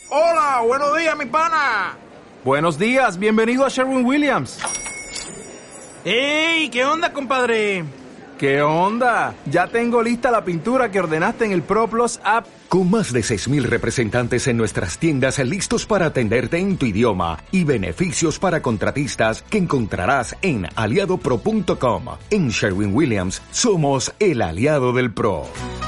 Hola, buenos días, mi pana. Buenos días, bienvenido a Sherwin-Williams. ¡Ey! ¿Qué onda, compadre? ¿Qué onda? Ya tengo lista la pintura que ordenaste en el ProPlus app. Con más de 6,000 representantes en nuestras tiendas listos para atenderte en tu idioma y beneficios para contratistas que encontrarás en aliadopro.com. En Sherwin-Williams somos el aliado del pro.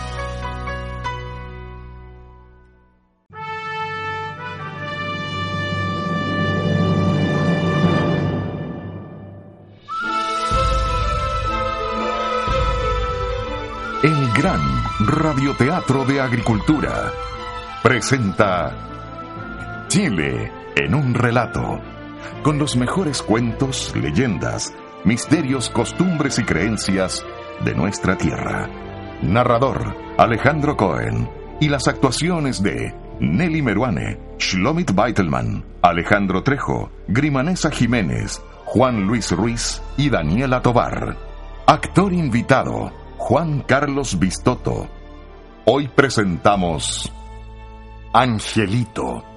El gran radioteatro de agricultura presenta Chile en un relato, con los mejores cuentos, leyendas, misterios, costumbres y creencias de nuestra tierra. Narrador Alejandro Cohen y las actuaciones de Nelly Meruane, Shlomit Beitelman, Alejandro Trejo, Grimanesa Jiménez, Juan Luis Ruiz y Daniela Tovar. Actor invitado Juan Carlos Bistoto. Hoy presentamos Angelito.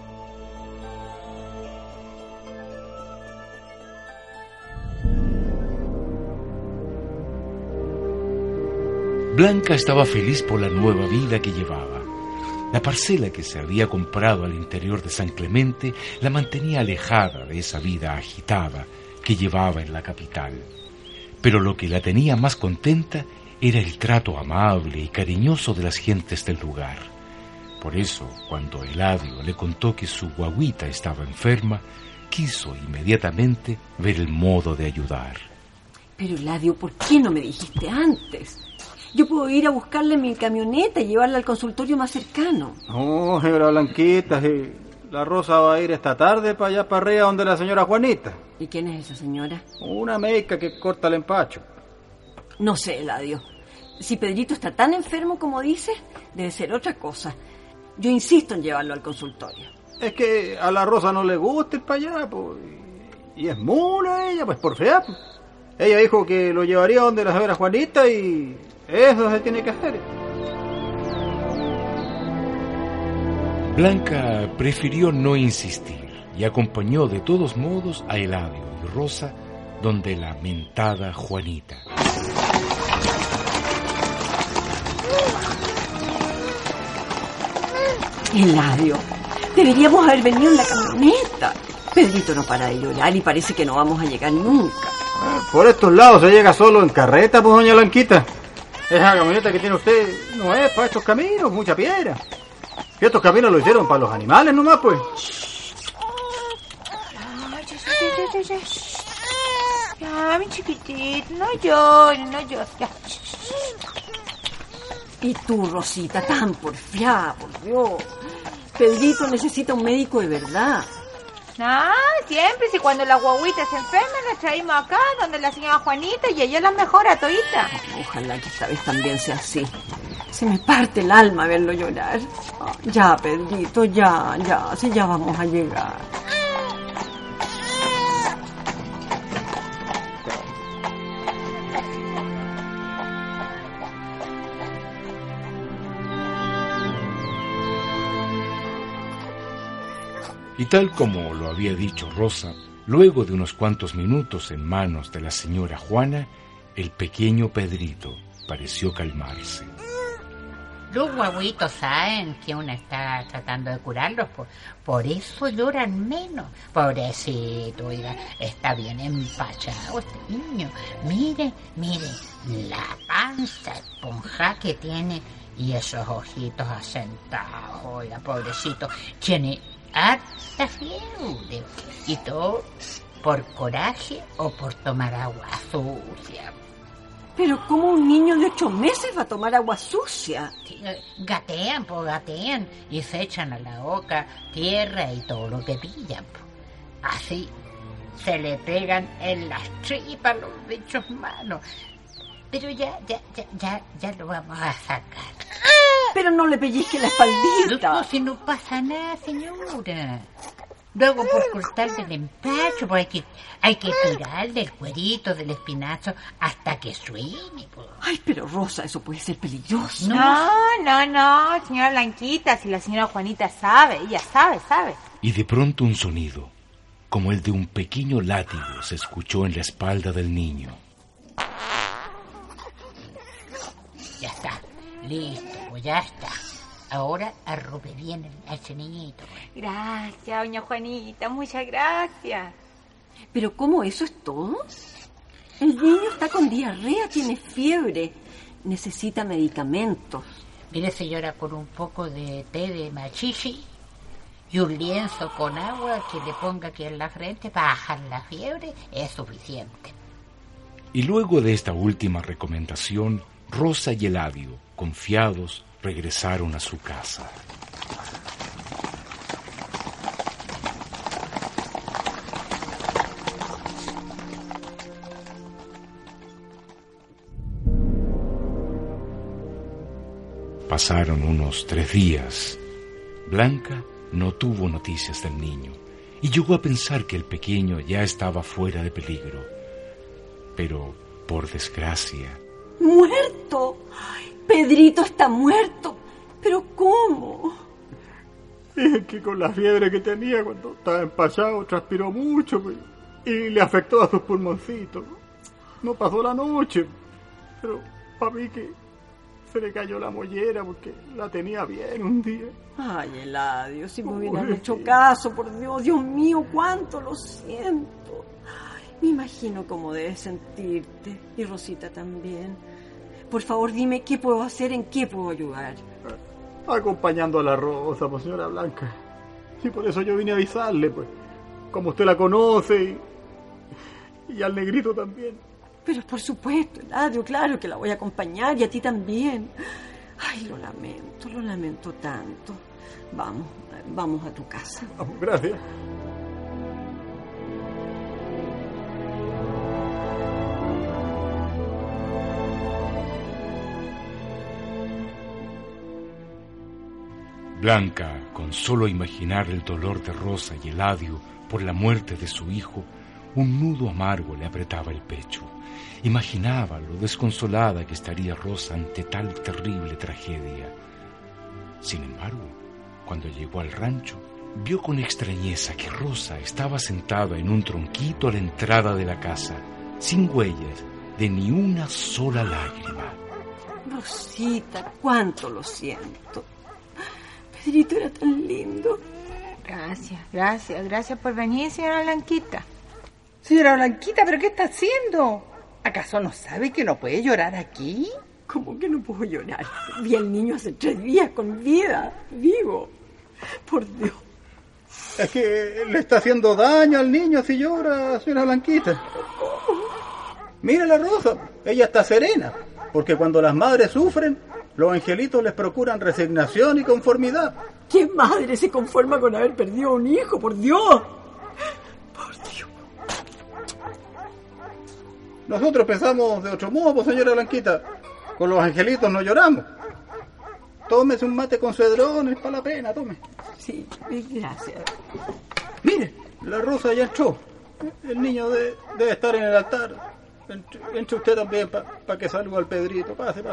Blanca estaba feliz por la nueva vida que llevaba. La parcela que se había comprado al interior de San Clemente la mantenía alejada de esa vida agitada que llevaba en la capital. Pero lo que la tenía más contenta era el trato amable y cariñoso de las gentes del lugar. Por eso, cuando Eladio le contó que su guagüita estaba enferma, quiso inmediatamente ver el modo de ayudar. Pero Eladio, ¿por qué no me dijiste antes? Yo puedo ir a buscarle mi camioneta y llevarla al consultorio más cercano. No, señora Blanquita, sí. La Rosa va a ir esta tarde para allá, para arriba, donde la señora Juanita. ¿Y quién es esa señora? Una médica que corta el empacho. No sé, Eladio. Si Pedrito está tan enfermo como dices, debe ser otra cosa. Yo insisto en llevarlo al consultorio. Es que a la Rosa no le gusta ir para allá, pues. Y es mula ella, pues por fea. Pues. Ella dijo que lo llevaría donde la señora Juanita y eso se tiene que hacer. Blanca prefirió no insistir y acompañó de todos modos a Eladio y Rosa donde la mentada Juanita. Eladio, deberíamos haber venido en la camioneta. Pedrito no para de llorar y parece que no vamos a llegar nunca. Por estos lados se llega solo en carreta, pues, doña Blanquita. Esa camioneta que tiene usted no es para estos caminos, mucha piedra. Y estos caminos lo hicieron para los animales nomás, pues. Ya, mi chiquitito, no llores, ya. Y tú, Rosita, tan porfiada, por Dios. Pedrito necesita un médico de verdad. No, siempre, si cuando la guaguita se enferma la traímos acá, donde la señora Juanita, y ella la mejora todita. Ojalá que esta vez también sea así. Se me parte el alma verlo llorar. Oh, ya, Pedrito, ya, si ya vamos a llegar. Y tal como lo había dicho Rosa, luego de unos cuantos minutos en manos de la señora Juana, el pequeño Pedrito pareció calmarse. Los guaguitos saben que uno está tratando de curarlos, por eso lloran menos. Pobrecito, oiga, está bien empachado este niño. Mire, la panza esponja que tiene y esos ojitos asentados, oiga, pobrecito. Tiene harta fiebre y todo por coraje o por tomar agua sucia. Pero ¿cómo un niño de 8 meses va a tomar agua sucia? Gatean y se echan a la boca tierra y todo lo que pillan. Así se le pegan en las tripas los bichos malos. Pero ya lo vamos a sacar. Pero no le pellizque la espaldita. No, si no pasa nada, señora. Luego por cortar del empacho, pues hay que tirarle el cuerito del espinazo hasta que suene. Pues. Ay, pero Rosa, eso puede ser peligroso. No, señora Blanquita, si la señora Juanita sabe, ella sabe. Y de pronto un sonido, como el de un pequeño látigo, se escuchó en la espalda del niño. Ya está, listo, pues ya está. Ahora arrope bien a ese niñito. Gracias, doña Juanita, muchas gracias. ¿Pero cómo eso es todo? El niño está con diarrea, tiene fiebre, necesita medicamentos. Mire, señora, con un poco de té de machichi y un lienzo con agua que le ponga aquí en la frente para bajar la fiebre es suficiente. Y luego de esta última recomendación, Rosa y Eladio, confiados, regresaron a su casa. Pasaron unos 3 días. Blanca no tuvo noticias del niño y llegó a pensar que el pequeño ya estaba fuera de peligro. Pero, por desgracia... ¡Muerto! ¡Ay, Pedrito está muerto! ¿Pero cómo? Es que con la fiebre que tenía cuando estaba empachado transpiró mucho y le afectó a sus pulmoncitos. No pasó la noche, pero para mí que se le cayó la mollera porque la tenía bien un día. Ay, Eladio, si me hubieran hecho caso, por Dios, Dios mío, cuánto lo siento. Ay, me imagino cómo debes sentirte, y Rosita también. Por favor, dime qué puedo hacer, en qué puedo ayudar. Acompañando a la Rosa, pues, señora Blanca. Y por eso yo vine a avisarle, pues. Como usted la conoce y al negrito también. Pero por supuesto, Eladio, claro que la voy a acompañar y a ti también. Ay, lo lamento tanto. Vamos a tu casa. Vamos, gracias. Blanca, con solo imaginar el dolor de Rosa y Eladio por la muerte de su hijo, un nudo amargo le apretaba el pecho. Imaginaba lo desconsolada que estaría Rosa ante tal terrible tragedia. Sin embargo, cuando llegó al rancho, vio con extrañeza que Rosa estaba sentada en un tronquito a la entrada de la casa, sin huellas de ni una sola lágrima. Rosita, cuánto lo siento. Pedrito era tan lindo. Gracias por venir, señora Blanquita. Señora Blanquita, ¿pero qué está haciendo? ¿Acaso no sabe que no puede llorar aquí? ¿Cómo que no puedo llorar? Vi al niño hace 3 días con vida, vivo. Por Dios. Es que le está haciendo daño al niño si llora, señora Blanquita. Mira la Rosa, ella está serena, porque cuando las madres sufren, los angelitos les procuran resignación y conformidad. ¿Qué madre se conforma con haber perdido un hijo? ¡Por Dios! ¡Por Dios! Nosotros pensamos de otro modo, pues, señora Blanquita. Con los angelitos no lloramos. Tómese un mate con cedrones para la pena, tome. Sí, gracias. Mire, la Rosa ya entró. El niño debe estar en el altar. Entre usted también para que salga al Pedrito. Pase.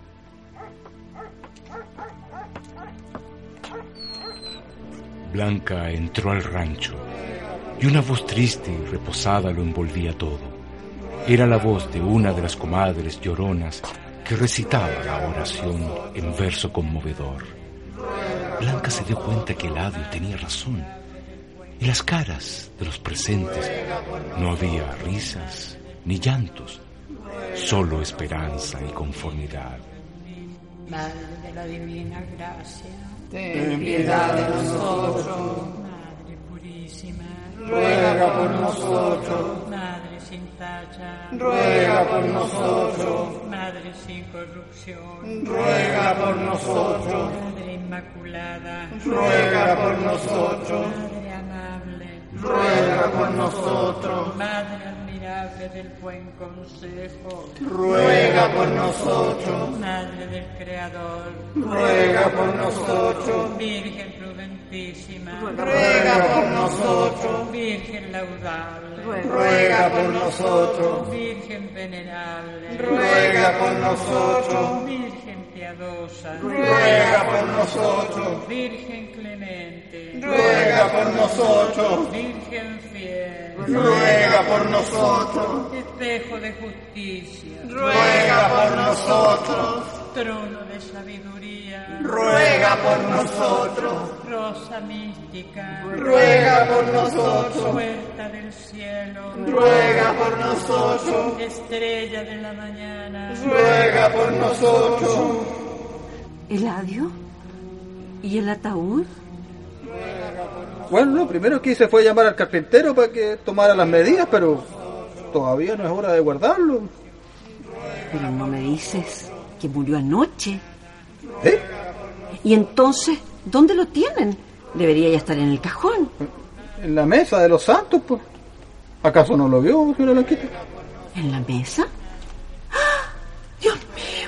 Blanca entró al rancho y una voz triste y reposada lo envolvía todo. Era la voz de una de las comadres lloronas que recitaba la oración en verso conmovedor. Blanca se dio cuenta que Eladio tenía razón. En las caras de los presentes no había risas ni llantos, solo esperanza y conformidad. Madre de la divina gracia, ten piedad de nosotros. Madre purísima, ruega por nosotros. Madre sin tacha, ruega por nosotros. Madre sin corrupción, ruega por nosotros. Madre inmaculada, ruega por nosotros. Madre amable, ruega por nosotros. Madre admirable del buen consejo, ruega por nosotros. Madre del Creador, ruega por nosotros. Virgen prudentísima, ruega por nosotros. Virgen laudable, ruega por nosotros. Virgen venerable, ruega por nosotros. Virgen piadosa, ruega por nosotros. Virgen clemente, ruega por nosotros. Virgen fiel, ruega por nosotros. Espejo de justicia, ruega por nosotros. Trono de sabiduría, ruega por nosotros. Rosa mística, ruega por nosotros. Puerta del cielo, ruega por nosotros. Estrella de la mañana, ruega por nosotros. ¿Eladio? ¿Y el ataúd? Bueno, lo primero que hice fue llamar al carpintero para que tomara las medidas, pero todavía no es hora de guardarlo. Pero no me dices que murió anoche. ¿Eh? ¿Y entonces dónde lo tienen? Debería ya estar en el cajón. En la mesa de los santos, pues. ¿Acaso no lo vio, señora Blanquita? ¿En la mesa? ¡Ah! ¡Dios mío!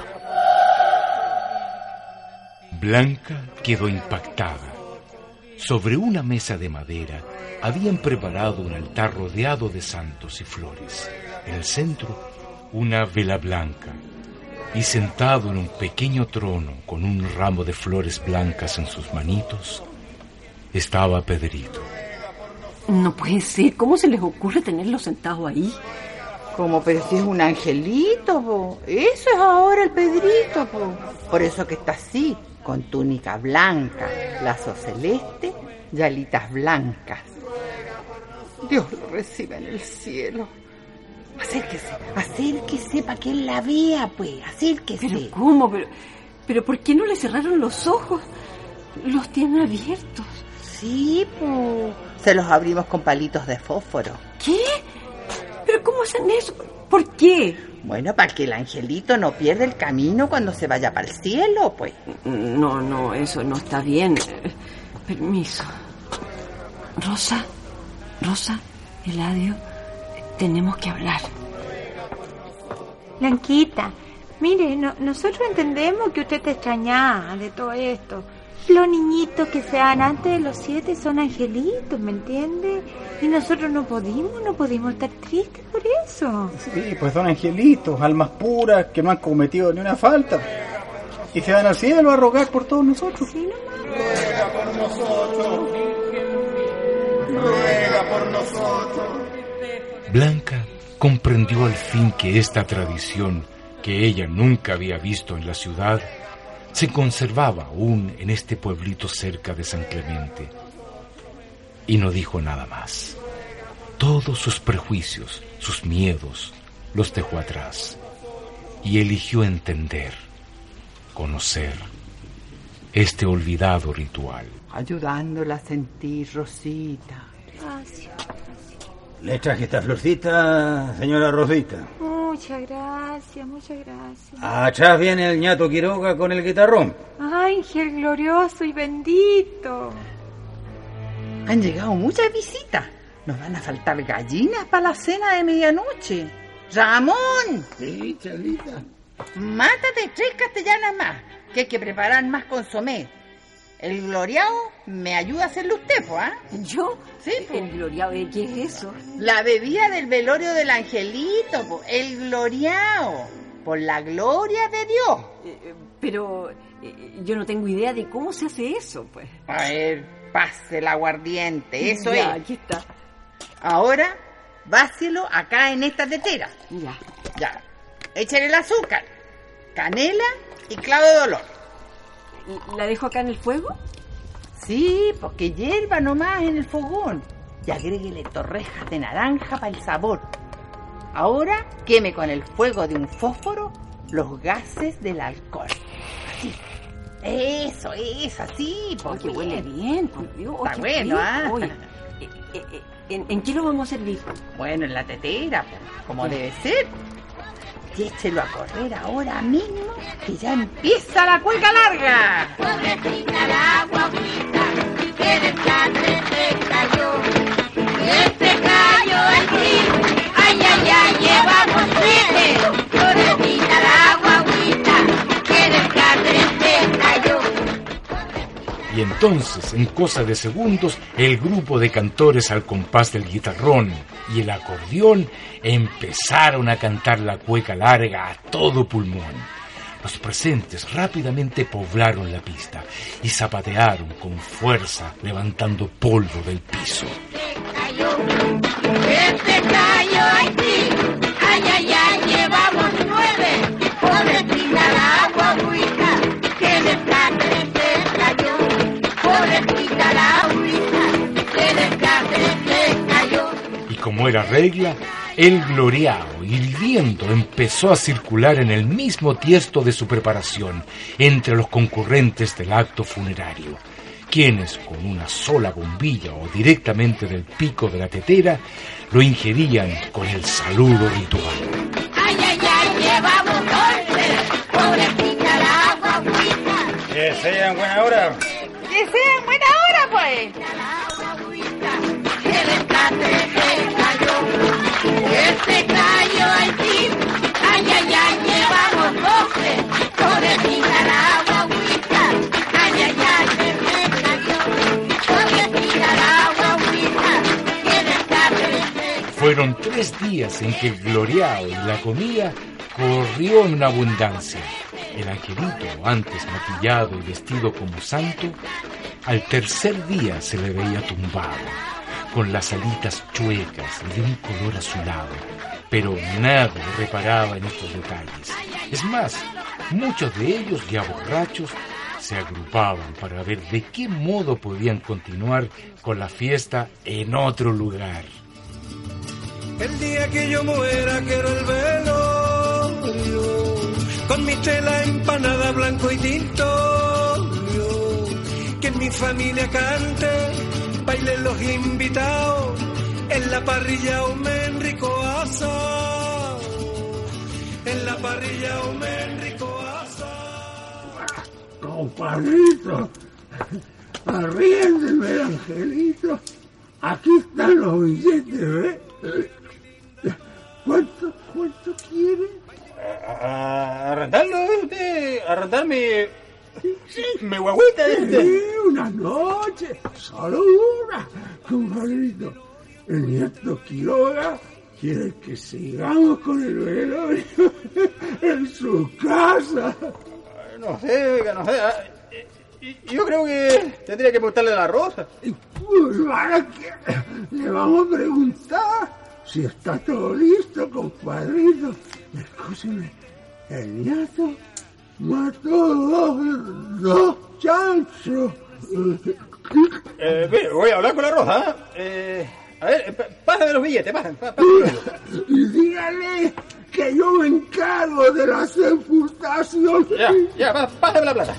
Blanca quedó impactada. Sobre una mesa de madera habían preparado un altar rodeado de santos y flores. En el centro, una vela blanca. Y sentado en un pequeño trono con un ramo de flores blancas en sus manitos, estaba Pedrito. No puede ser. ¿Cómo se les ocurre tenerlo sentado ahí? Como, pero si es un angelito, po. Eso es ahora el Pedrito, po. Por eso que está así, con túnica blanca, lazo celeste y alitas blancas. Dios lo reciba en el cielo. Acérquese para que él la vea, pues, acérquese. ¿Pero cómo? ¿Pero por qué no le cerraron los ojos? Los tienen abiertos. Sí, pues, se los abrimos con palitos de fósforo. ¿Qué? ¿Pero cómo hacen eso? ¿Por qué? Bueno, para que el angelito no pierda el camino cuando se vaya para el cielo, pues. No, eso no está bien. Permiso. Rosa, Eladio, tenemos que hablar. Blanquita, mire, nosotros entendemos que usted te extraña de todo esto. Los niñitos que sean antes de los 7 son angelitos, ¿me entiende? Y nosotros no pudimos estar tristes por eso. Sí, pues son angelitos, almas puras que no han cometido ni una falta. Y se van al cielo a rogar por todos nosotros. Sí, nomás. Ruega por nosotros. Ruega por nosotros. Blanca comprendió al fin que esta tradición, que ella nunca había visto en la ciudad, se conservaba aún en este pueblito cerca de San Clemente. Y no dijo nada más. Todos sus prejuicios, sus miedos, los dejó atrás. Y eligió entender, conocer este olvidado ritual. Ayudándola a sentir, Rosita. Gracias. Le traje esta florcita, señora Rosita. Muchas gracias. Atrás viene el ñato Quiroga con el guitarrón. Ángel glorioso y bendito. Han llegado muchas visitas. Nos van a faltar gallinas para la cena de medianoche. ¡Ramón! Sí, Chalita. Mátate 3 castellanas más, que hay que preparar más consomé. El gloriao me ayuda a hacerlo usted, ¿pues? ¿Yo? Sí, po. ¿El gloriao de qué es eso? La bebida del velorio del angelito, po. El gloriao. Por la gloria de Dios. Pero yo no tengo idea de cómo se hace eso, pues. A ver, pase el aguardiente, eso ya, es. Aquí está. Ahora, vácielo acá en esta tetera. Ya. Échale el azúcar, canela y clavo de olor. ¿La dejo acá en el fuego? Sí, porque hierva nomás en el fogón. Y agréguele torrejas de naranja para el sabor. Ahora queme con el fuego de un fósforo los gases del alcohol. Así. Eso, así. Porque huele bien, por Dios. Está bueno, ¿ah? ¿En qué lo vamos a servir? Bueno, en la tetera, pues, como debe ser. Y échelo a correr ahora mismo, que ya empieza la cueca larga. Pobrecita la guaguita, que del catre te cayó. Entonces, en cosa de segundos, el grupo de cantores al compás del guitarrón y el acordeón empezaron a cantar la cueca larga a todo pulmón. Los presentes rápidamente poblaron la pista y zapatearon con fuerza, levantando polvo del piso. Este cayó aquí, ay, ay, ay, llevamos 9, pobrecita la agüita, que desastre se cayó, pobrecita la agüita, que desastre se cayó. Y como era regla, el gloriao, hirviendo, empezó a circular en el mismo tiesto de su preparación entre los concurrentes del acto funerario, quienes con una sola bombilla o directamente del pico de la tetera lo ingerían con el saludo ritual. Ay, ay, ay, llevamos 11, pobrecita la agüita. Que sean buena hora. ¡Que sean buena hora, pues! Que desastre se cayó, este cayó aquí, ay, ay, ay, llevamos 12, pobrecita la agüita, ay, ay, ay, se cayó, pobrecita la agüita, que desastre se cayó. Fueron 3 días en que el gloriao y la comida corrió en abundancia. El angelito, antes maquillado y vestido como santo, al tercer día se le veía tumbado, con las alitas chuecas y de un color azulado, pero nadie reparaba en estos detalles. Es más, muchos de ellos, ya borrachos, se agrupaban para ver de qué modo podían continuar con la fiesta en otro lugar. El día que yo muera quiero el velorio, con mi tela empanada blanco y tintorio, que mi familia cante, bailen los invitados, en la parrilla un rico asado, en la parrilla un rico asado. Compadrito, arriéndeme el angelito, aquí están los billetes, ¿ves? ¿Cuánto quiere? ¿Arrendarlo usted? ¿Arrendar mi guagüita? Sí, una noche, solo una, compadrito. El nieto Quiroga quiere que sigamos con el velorio en su casa. No sé, oiga, no sé. Yo creo que tendría que preguntarle a la Rosa. Pues para que le vamos a preguntar si está todo listo, compadrito. Escúcheme, el nieto mató dos chanchos. Mire, voy a hablar con la Rosa. A ver, pásame los billetes, pásame. Y dígale que yo me encargo de la sepultación. Ya, pásame la plata.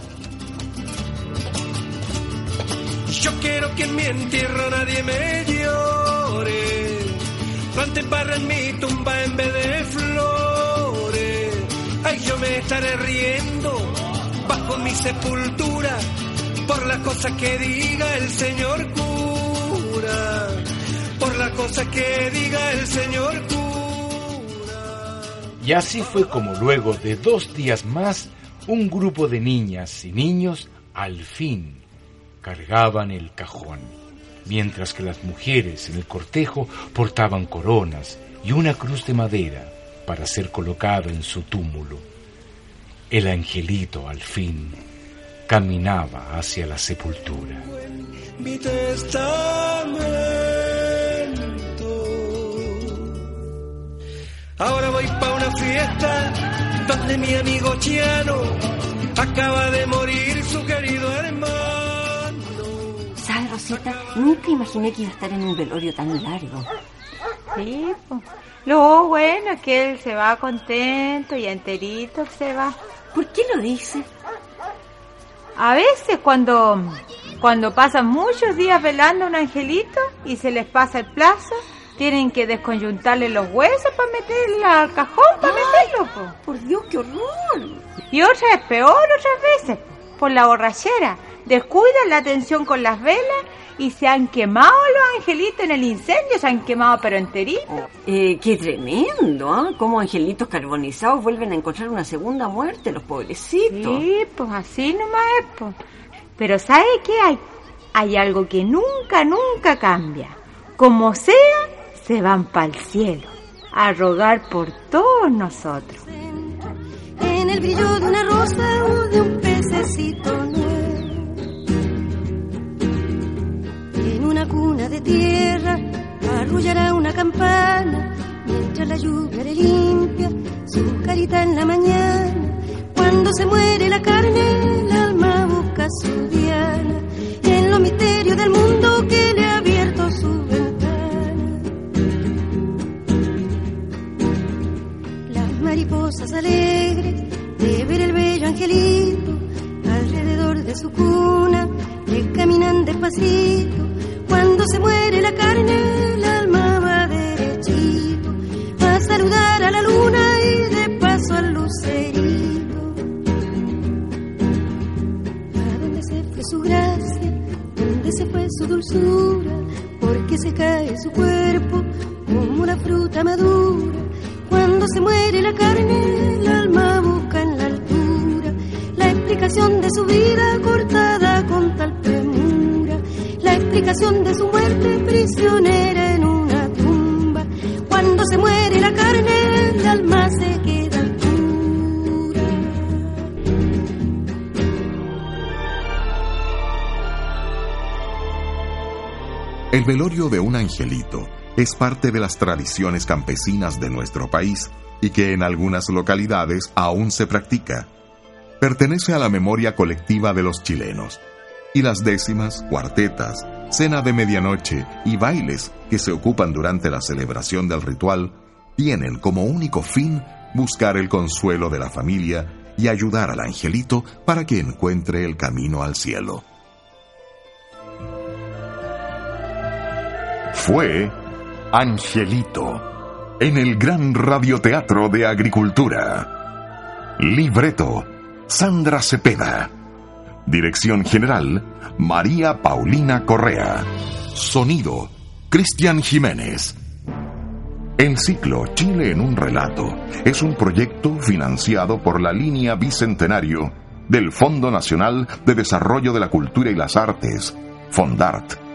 Yo quiero que en mi entierro nadie me llore, planten barra en mi tumba en vez de flores. Ay, yo me estaré riendo bajo mi sepultura por las cosas que diga el señor cura, por las cosas que diga el señor cura. Y así fue como luego de 2 días más, un grupo de niñas y niños al fin cargaban el cajón, mientras que las mujeres en el cortejo portaban coronas y una cruz de madera para ser colocada en su túmulo. El angelito al fin caminaba hacia la sepultura. Mi testamento. Ahora voy pa' una fiesta donde mi amigo Chiano acaba de morir su querido hermano. ¿Sabes, Rosita? Nunca imaginé que iba a estar en un velorio tan largo. Sí, pues. Lo bueno es que él se va contento y enterito que se va. ¿Por qué lo dice? A veces cuando pasan muchos días velando a un angelito y se les pasa el plazo, tienen que desconyuntarle los huesos para meterlo al cajón, para meterlo, po. Por Dios, qué horror. Y otra es peor otras veces, por la borrachera. Descuidan la atención con las velas y se han quemado los angelitos en el incendio, se han quemado pero enteritos. Qué tremendo, ¿ah? ¿eh? Cómo angelitos carbonizados vuelven a encontrar una segunda muerte, los pobrecitos. Sí, pues así nomás es, pues. Pero ¿sabe qué? Hay hay algo que nunca, nunca cambia. Como sea, se van para el cielo a rogar por todos nosotros. En el brillo de una rosa o de un pececito nuevo, en una cuna de tierra arrullará una campana, mientras la lluvia le limpia su carita en la mañana. Cuando se muere la carne, el alma busca su diana en los misterios del mundo que le ha abierto su ventana. Las mariposas alegres de ver el bello angelito alrededor de su cuna le caminan despacito. Cuando se muere la carne, el alma va derechito, va a saludar a la luna y de paso al lucerito. ¿A dónde se fue su gracia? ¿Dónde se fue su dulzura? Porque se cae su cuerpo como una fruta madura. Cuando se muere la carne, el alma busca en la altura la explicación de su vida cortada con tal premura, la explicación de su muerte prisionera en una tumba. Cuando se muere la carne, el alma se queda pura. El velorio de un angelito es parte de las tradiciones campesinas de nuestro país y que en algunas localidades aún se practica. Pertenece a la memoria colectiva de los chilenos, y las décimas, cuartetas, cena de medianoche y bailes que se ocupan durante la celebración del ritual tienen como único fin buscar el consuelo de la familia y ayudar al angelito para que encuentre el camino al cielo. Fue Angelito en el Gran Radioteatro de Agricultura. Libreto: Sandra Cepeda. Dirección general: María Paulina Correa. Sonido: Cristian Jiménez. El ciclo Chile en un relato es un proyecto financiado por la Línea Bicentenario del Fondo Nacional de Desarrollo de la Cultura y las Artes, FONDART,